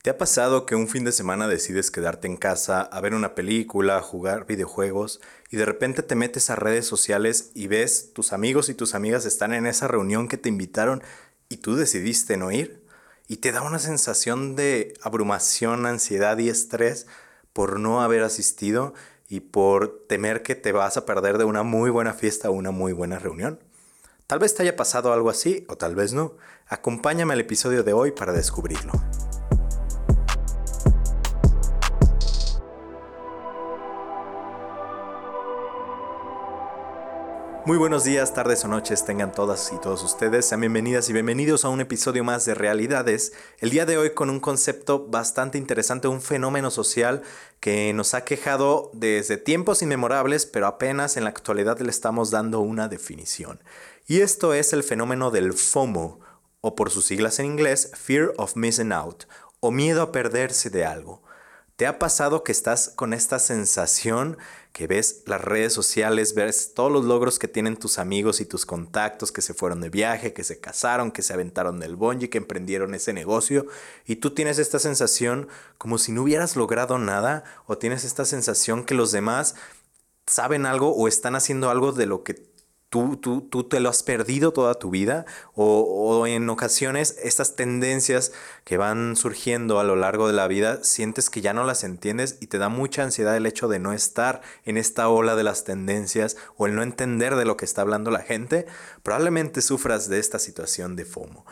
¿Te ha pasado que un fin de semana decides quedarte en casa a ver una película, a jugar videojuegos y de repente te metes a redes sociales y ves tus amigos y tus amigas están en esa reunión que te invitaron y tú decidiste no ir? Y te da una sensación de abrumación, ansiedad y estrés por no haber asistido y por temer que te vas a perder de una muy buena fiesta o una muy buena reunión. Tal vez te haya pasado algo así o tal vez no. Acompáñame al episodio de hoy para descubrirlo. Muy buenos días, tardes o noches tengan todas y todos ustedes. Sean bienvenidas y bienvenidos a un episodio más de Realidades. El día de hoy con un concepto bastante interesante, un fenómeno social que nos ha quejado desde tiempos inmemorables, pero apenas en la actualidad le estamos dando una definición. Y esto es el fenómeno del FOMO, o por sus siglas en inglés, Fear of Missing Out, o miedo a perderse de algo. ¿Te ha pasado que estás con esta sensación que ves las redes sociales, ves todos los logros que tienen tus amigos y tus contactos que se fueron de viaje, que se casaron, que se aventaron del bungee, que emprendieron ese negocio y tú tienes esta sensación como si no hubieras logrado nada o tienes esta sensación que los demás saben algo o están haciendo algo de lo que tú te lo has perdido toda tu vida o en ocasiones estas tendencias que van surgiendo a lo largo de la vida sientes que ya no las entiendes y te da mucha ansiedad el hecho de no estar en esta ola de las tendencias o el no entender de lo que está hablando la gente. Probablemente sufras de esta situación de FOMO.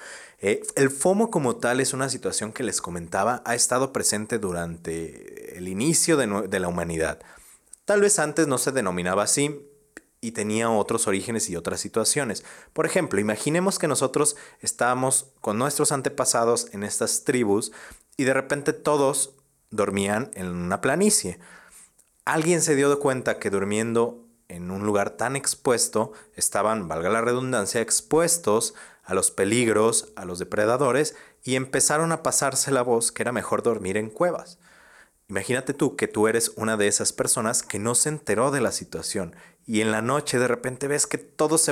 El FOMO como tal es una situación que les comentaba, ha estado presente durante el inicio de la humanidad. Tal vez antes no se denominaba así y tenía otros orígenes y otras situaciones. Por ejemplo, imaginemos que nosotros estábamos con nuestros antepasados en estas tribus y de repente todos dormían en una planicie. Alguien se dio de cuenta que durmiendo en un lugar tan expuesto estaban, valga la redundancia, expuestos a los peligros, a los depredadores y empezaron a pasarse la voz que era mejor dormir en cuevas. Imagínate tú que tú eres una de esas personas que no se enteró de la situación y en la noche de repente ves que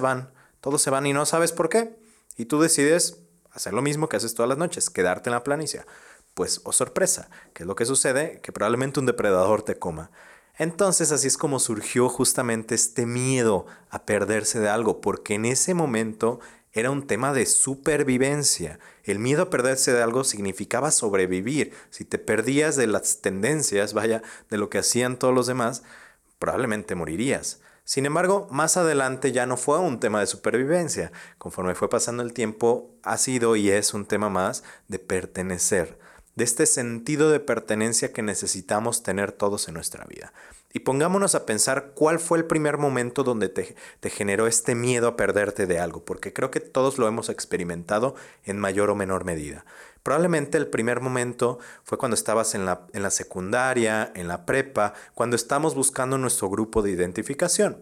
todos se van y no sabes por qué. Y tú decides hacer lo mismo que haces todas las noches, quedarte en la planicie. Pues, oh sorpresa, ¿qué es lo que sucede? Que probablemente un depredador te coma. Entonces así es como surgió justamente este miedo a perderse de algo, porque en ese momento era un tema de supervivencia. El miedo a perderse de algo significaba sobrevivir. Si te perdías de las tendencias, vaya, de lo que hacían todos los demás, probablemente morirías. Sin embargo, más adelante ya no fue un tema de supervivencia. Conforme fue pasando el tiempo, ha sido y es un tema más de pertenecer, de este sentido de pertenencia que necesitamos tener todos en nuestra vida. Y pongámonos a pensar cuál fue el primer momento donde te generó este miedo a perderte de algo, porque creo que todos lo hemos experimentado en mayor o menor medida. Probablemente el primer momento fue cuando estabas en la secundaria, en la prepa, cuando estamos buscando nuestro grupo de identificación.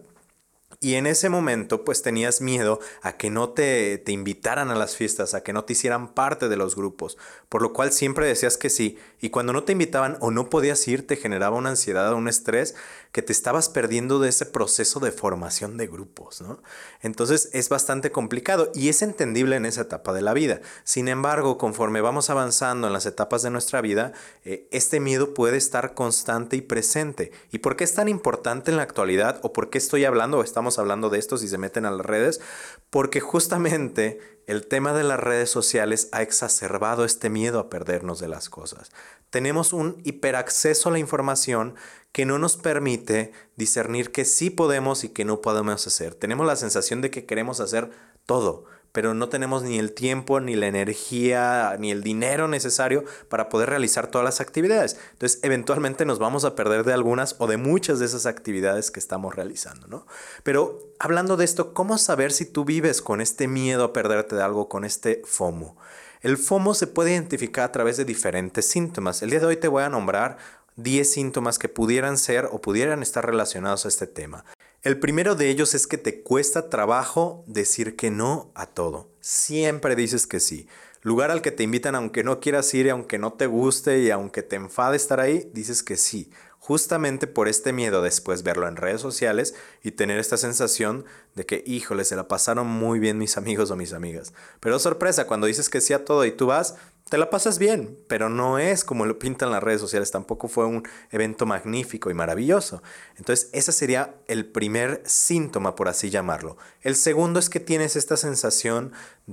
Y en ese momento pues tenías miedo a que no te invitaran a las fiestas, a que no te hicieran parte de los grupos, por lo cual siempre decías que sí. Y cuando no te invitaban o no podías ir, te generaba una ansiedad o un estrés que te estabas perdiendo de ese proceso de formación de grupos, ¿no? Entonces es bastante complicado y es entendible en esa etapa de la vida. Sin embargo, conforme vamos avanzando en las etapas de nuestra vida, este miedo puede estar constante y presente. ¿Y por qué es tan importante en la actualidad o por qué estoy hablando o estamos hablando de esto si se meten a las redes? Porque justamente el tema de las redes sociales ha exacerbado este miedo a perdernos de las cosas. Tenemos un hiperacceso a la información que no nos permite discernir que sí podemos y que no podemos hacer. Tenemos la sensación de que queremos hacer todo, pero no tenemos ni el tiempo, ni la energía, ni el dinero necesario para poder realizar todas las actividades. Entonces, eventualmente nos vamos a perder de algunas o de muchas de esas actividades que estamos realizando, ¿no? Pero hablando de esto, ¿cómo saber si tú vives con este miedo a perderte de algo, con este FOMO? El FOMO se puede identificar a través de diferentes síntomas. El día de hoy te voy a nombrar 10 síntomas que pudieran ser o pudieran estar relacionados a este tema. El primero de ellos es que te cuesta trabajo decir que no a todo. Siempre dices que sí. Lugar al que te invitan aunque no quieras ir y aunque no te guste y aunque te enfade estar ahí, dices que sí. Justamente por este miedo a después verlo en redes sociales y tener esta sensación de que, híjole, se la pasaron muy bien mis amigos o mis amigas. Pero sorpresa, cuando dices que sí a todo y tú vas, te la pasas bien, pero no es como lo pintan las redes sociales, tampoco fue un evento magnífico y maravilloso. Entonces, ese sería el primer síntoma, por así llamarlo. El segundo es que tienes esta sensación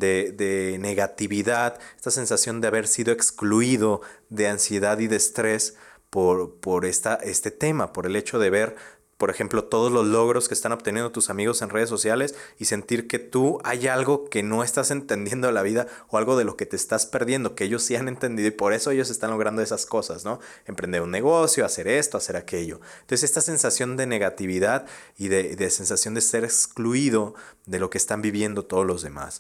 de negatividad, esta sensación de haber sido excluido, de ansiedad y de estrés por este tema, por el hecho de ver, por ejemplo, todos los logros que están obteniendo tus amigos en redes sociales y sentir que tú hay algo que no estás entendiendo de la vida o algo de lo que te estás perdiendo, que ellos sí han entendido y por eso ellos están logrando esas cosas, ¿no? Emprender un negocio, hacer esto, hacer aquello. Entonces, esta sensación de negatividad y de sensación de ser excluido de lo que están viviendo todos los demás.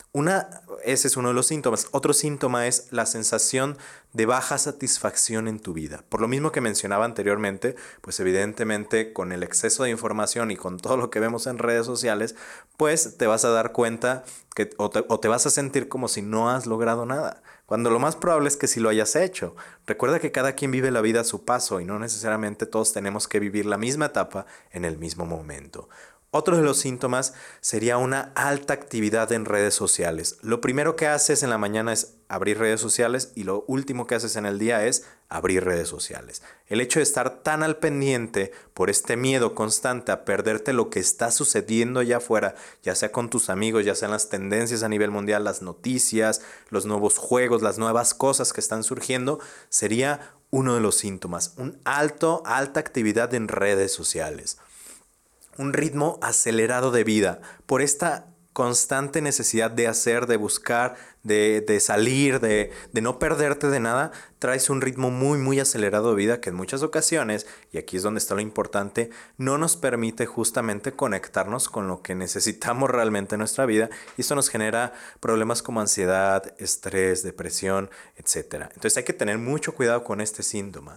Ese es uno de los síntomas. Otro síntoma es la sensación de baja satisfacción en tu vida. Por lo mismo que mencionaba anteriormente, pues evidentemente con el exceso de información y con todo lo que vemos en redes sociales, pues te vas a dar cuenta que o te vas a sentir como si no has logrado nada, cuando lo más probable es que sí lo hayas hecho. Recuerda que cada quien vive la vida a su paso y no necesariamente todos tenemos que vivir la misma etapa en el mismo momento. Otro de los síntomas sería una alta actividad en redes sociales. Lo primero que haces en la mañana es abrir redes sociales y lo último que haces en el día es abrir redes sociales. El hecho de estar tan al pendiente por este miedo constante a perderte lo que está sucediendo allá afuera, ya sea con tus amigos, ya sean las tendencias a nivel mundial, las noticias, los nuevos juegos, las nuevas cosas que están surgiendo, sería uno de los síntomas. Alta actividad en redes sociales. Un ritmo acelerado de vida por esta constante necesidad de hacer, de buscar, de salir, de no perderte de nada, traes un ritmo muy acelerado de vida que en muchas ocasiones, y aquí es donde está lo importante, no nos permite justamente conectarnos con lo que necesitamos realmente en nuestra vida y eso nos genera problemas como ansiedad, estrés, depresión, etcétera. Entonces hay que tener mucho cuidado con este síntoma.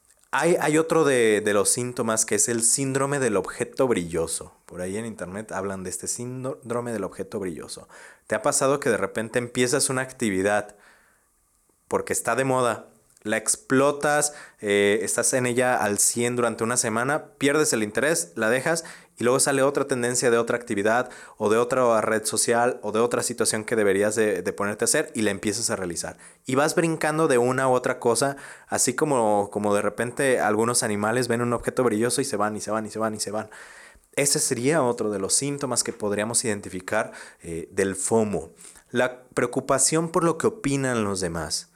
Hay otro de los síntomas que es el síndrome del objeto brilloso. Por ahí en internet hablan de este síndrome del objeto brilloso. ¿Te ha pasado que de repente empiezas una actividad porque está de moda, la explotas, estás en ella al 100 durante una semana, pierdes el interés, la dejas y luego sale otra tendencia de otra actividad o de otra red social o de otra situación que deberías de ponerte a hacer y la empiezas a realizar? Y vas brincando de una u otra cosa, así como de repente algunos animales ven un objeto brilloso y se van y se van y se van y se van. Ese sería otro de los síntomas que podríamos identificar del FOMO. La preocupación por lo que opinan los demás.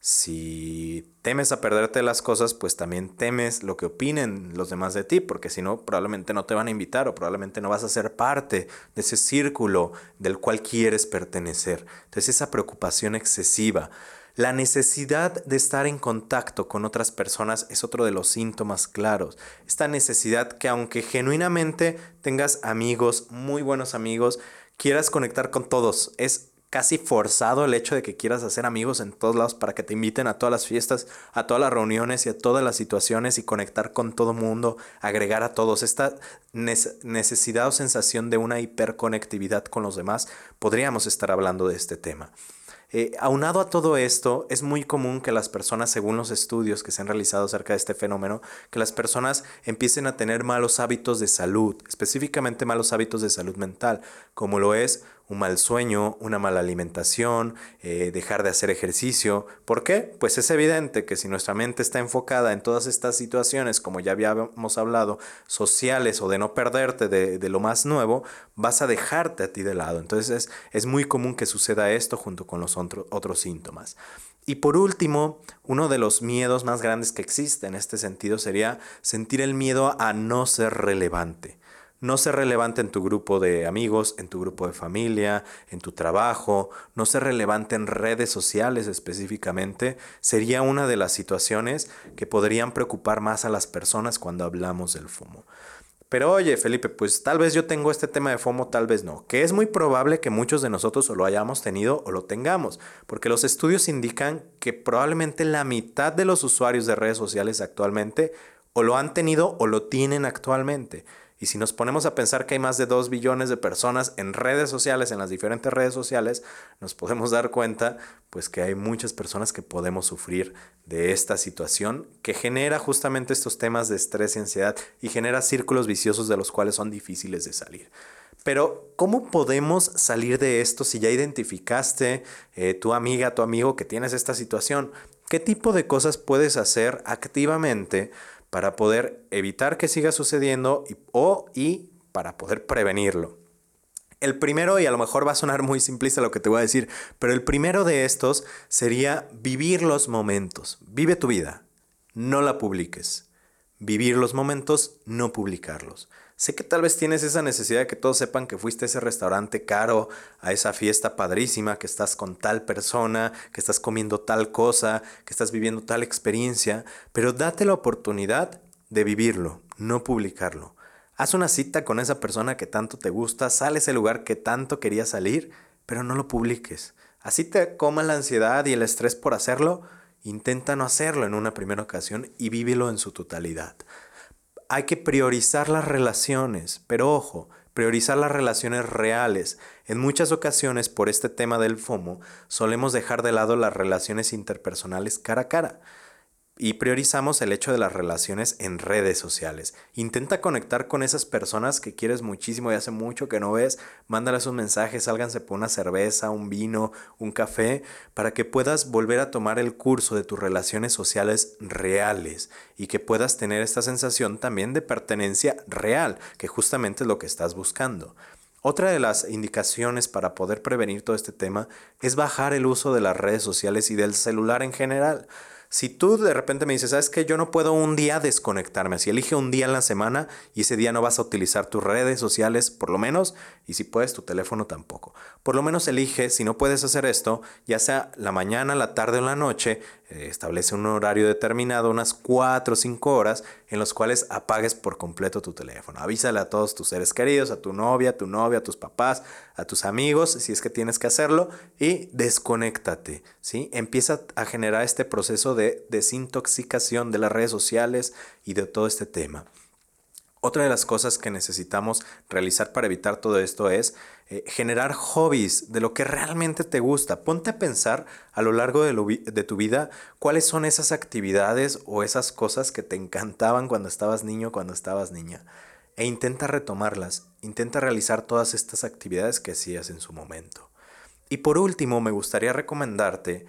Si temes a perderte las cosas, pues también temes lo que opinen los demás de ti, porque si no, probablemente no te van a invitar o probablemente no vas a ser parte de ese círculo del cual quieres pertenecer. Entonces, esa preocupación excesiva. La necesidad de estar en contacto con otras personas es otro de los síntomas claros. Esta necesidad que aunque genuinamente tengas amigos, muy buenos amigos, quieras conectar con todos. Es casi forzado el hecho de que quieras hacer amigos en todos lados para que te inviten a todas las fiestas, a todas las reuniones y a todas las situaciones y conectar con todo mundo, agregar a todos. Esta necesidad o sensación de una hiperconectividad con los demás, podríamos estar hablando de este tema. Aunado a todo esto, es muy común que las personas, según los estudios que se han realizado acerca de este fenómeno, que las personas empiecen a tener malos hábitos de salud, específicamente malos hábitos de salud mental, como lo es un mal sueño, una mala alimentación, dejar de hacer ejercicio. ¿Por qué? Pues es evidente que si nuestra mente está enfocada en todas estas situaciones, como ya habíamos hablado, sociales o de no perderte de lo más nuevo, vas a dejarte a ti de lado. Entonces es muy común que suceda esto junto con los otros síntomas. Y por último, uno de los miedos más grandes que existe en este sentido sería sentir el miedo a no ser relevante. No ser relevante en tu grupo de amigos, en tu grupo de familia, en tu trabajo, no ser relevante en redes sociales específicamente, sería una de las situaciones que podrían preocupar más a las personas cuando hablamos del FOMO. Pero oye, Felipe, pues tal vez yo tengo este tema de FOMO, tal vez no, que es muy probable que muchos de nosotros o lo hayamos tenido o lo tengamos, porque los estudios indican que probablemente la mitad de los usuarios de redes sociales actualmente o lo han tenido o lo tienen actualmente. Y si nos ponemos a pensar que hay más de 2 billones de personas en redes sociales, en las diferentes redes sociales, nos podemos dar cuenta pues que hay muchas personas que podemos sufrir de esta situación que genera justamente estos temas de estrés y ansiedad y genera círculos viciosos de los cuales son difíciles de salir. Pero, ¿cómo podemos salir de esto si ya identificaste tu amiga, tu amigo que tienes esta situación? ¿Qué tipo de cosas puedes hacer activamente para poder evitar que siga sucediendo y para poder prevenirlo? El primero, y a lo mejor va a sonar muy simplista lo que te voy a decir, pero el primero de estos sería vivir los momentos. Vive tu vida, no la publiques. Vivir los momentos, no publicarlos. Sé que tal vez tienes esa necesidad de que todos sepan que fuiste a ese restaurante caro, a esa fiesta padrísima, que estás con tal persona, que estás comiendo tal cosa, que estás viviendo tal experiencia, pero date la oportunidad de vivirlo, no publicarlo. Haz una cita con esa persona que tanto te gusta, sale a ese lugar que tanto querías salir, pero no lo publiques. Así te coma la ansiedad y el estrés por hacerlo, intenta no hacerlo en una primera ocasión y vívelo en su totalidad. Hay que priorizar las relaciones, pero ojo, priorizar las relaciones reales. En muchas ocasiones, por este tema del FOMO, solemos dejar de lado las relaciones interpersonales cara a cara y priorizamos el hecho de las relaciones en redes sociales. Intenta conectar con esas personas que quieres muchísimo y hace mucho que no ves. Mándales un mensaje, sálganse por una cerveza, un vino, un café, para que puedas volver a tomar el curso de tus relaciones sociales reales y que puedas tener esta sensación también de pertenencia real, que justamente es lo que estás buscando. Otra de las indicaciones para poder prevenir todo este tema es bajar el uso de las redes sociales y del celular en general. Si tú de repente me dices, ¿sabes qué? Yo no puedo un día desconectarme. Si elige un día en la semana y ese día no vas a utilizar tus redes sociales, por lo menos, y si puedes, tu teléfono tampoco. Por lo menos elige, si no puedes hacer esto, ya sea la mañana, la tarde o la noche, establece un horario determinado, unas 4 o 5 horas, en los cuales apagues por completo tu teléfono. Avísale a todos tus seres queridos, a tu novia, a tus papás, a tus amigos, si es que tienes que hacerlo, y desconéctate, ¿sí? Empieza a generar este proceso de desintoxicación de las redes sociales y de todo este tema. Otra de las cosas que necesitamos realizar para evitar todo esto es generar hobbies de lo que realmente te gusta. Ponte a pensar a lo largo de tu vida cuáles son esas actividades o esas cosas que te encantaban cuando estabas niño, cuando estabas niña. E intenta retomarlas, intenta realizar todas estas actividades que hacías en su momento. Y por último, me gustaría recomendarte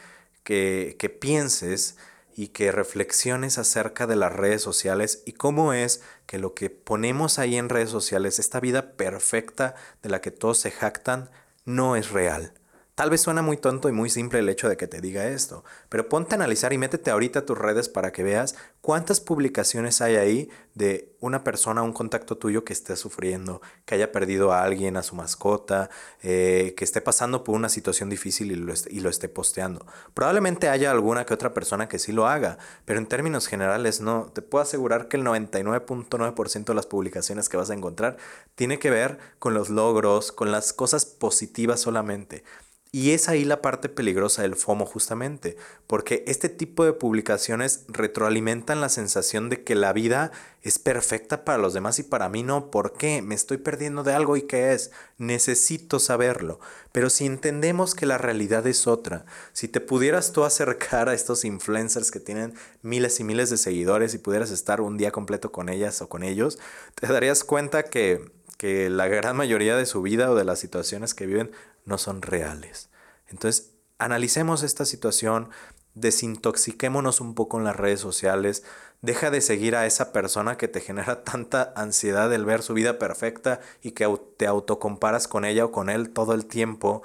que pienses y que reflexiones acerca de las redes sociales y cómo es que lo que ponemos ahí en redes sociales, esta vida perfecta de la que todos se jactan, no es real. Tal vez suena muy tonto y muy simple el hecho de que te diga esto, pero ponte a analizar y métete ahorita a tus redes para que veas cuántas publicaciones hay ahí de una persona, un contacto tuyo que esté sufriendo, que haya perdido a alguien, a su mascota, que esté pasando por una situación difícil y lo esté posteando. Probablemente haya alguna que otra persona que sí lo haga, pero en términos generales no. Te puedo asegurar que el 99.9% de las publicaciones que vas a encontrar tiene que ver con los logros, con las cosas positivas solamente. Y es ahí la parte peligrosa del FOMO justamente, porque este tipo de publicaciones retroalimentan la sensación de que la vida es perfecta para los demás y para mí no. ¿Por qué? Me estoy perdiendo de algo y ¿qué es? Necesito saberlo. Pero si entendemos que la realidad es otra, si te pudieras tú acercar a estos influencers que tienen miles y miles de seguidores y pudieras estar un día completo con ellas o con ellos, te darías cuenta que la gran mayoría de su vida o de las situaciones que viven no son reales. Entonces, analicemos esta situación, desintoxiquémonos un poco en las redes sociales, deja de seguir a esa persona que te genera tanta ansiedad el ver su vida perfecta y que te autocomparas con ella o con él todo el tiempo.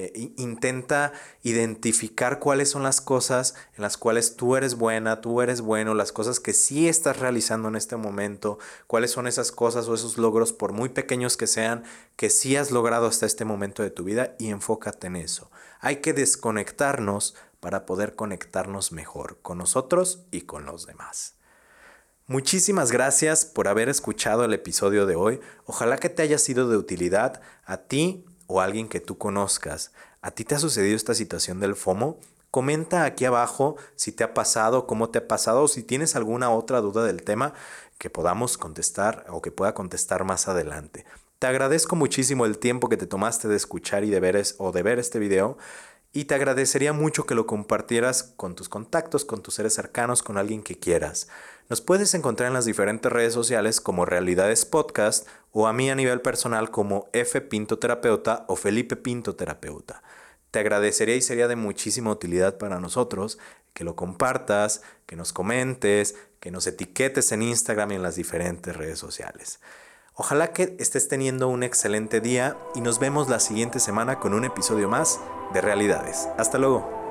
Intenta identificar cuáles son las cosas en las cuales tú eres buena, tú eres bueno, las cosas que sí estás realizando en este momento, cuáles son esas cosas o esos logros, por muy pequeños que sean, que sí has logrado hasta este momento de tu vida y enfócate en eso. Hay que desconectarnos para poder conectarnos mejor con nosotros y con los demás. Muchísimas gracias por haber escuchado el episodio de hoy. Ojalá que te haya sido de utilidad a ti o a alguien que tú conozcas. ¿A ti te ha sucedido esta situación del FOMO? Comenta aquí abajo si te ha pasado, cómo te ha pasado o si tienes alguna otra duda del tema que podamos contestar o que pueda contestar más adelante. Te agradezco muchísimo el tiempo que te tomaste de escuchar y de ver este video. y te agradecería mucho que lo compartieras con tus contactos, con tus seres cercanos, con alguien que quieras. Nos puedes encontrar en las diferentes redes sociales como Realidades Podcast o a mí a nivel personal como F Pinto Terapeuta o Felipe Pinto Terapeuta. Te agradecería y sería de muchísima utilidad para nosotros que lo compartas, que nos comentes, que nos etiquetes en Instagram y en las diferentes redes sociales. Ojalá que estés teniendo un excelente día y nos vemos la siguiente semana con un episodio más de Realidades. Hasta luego.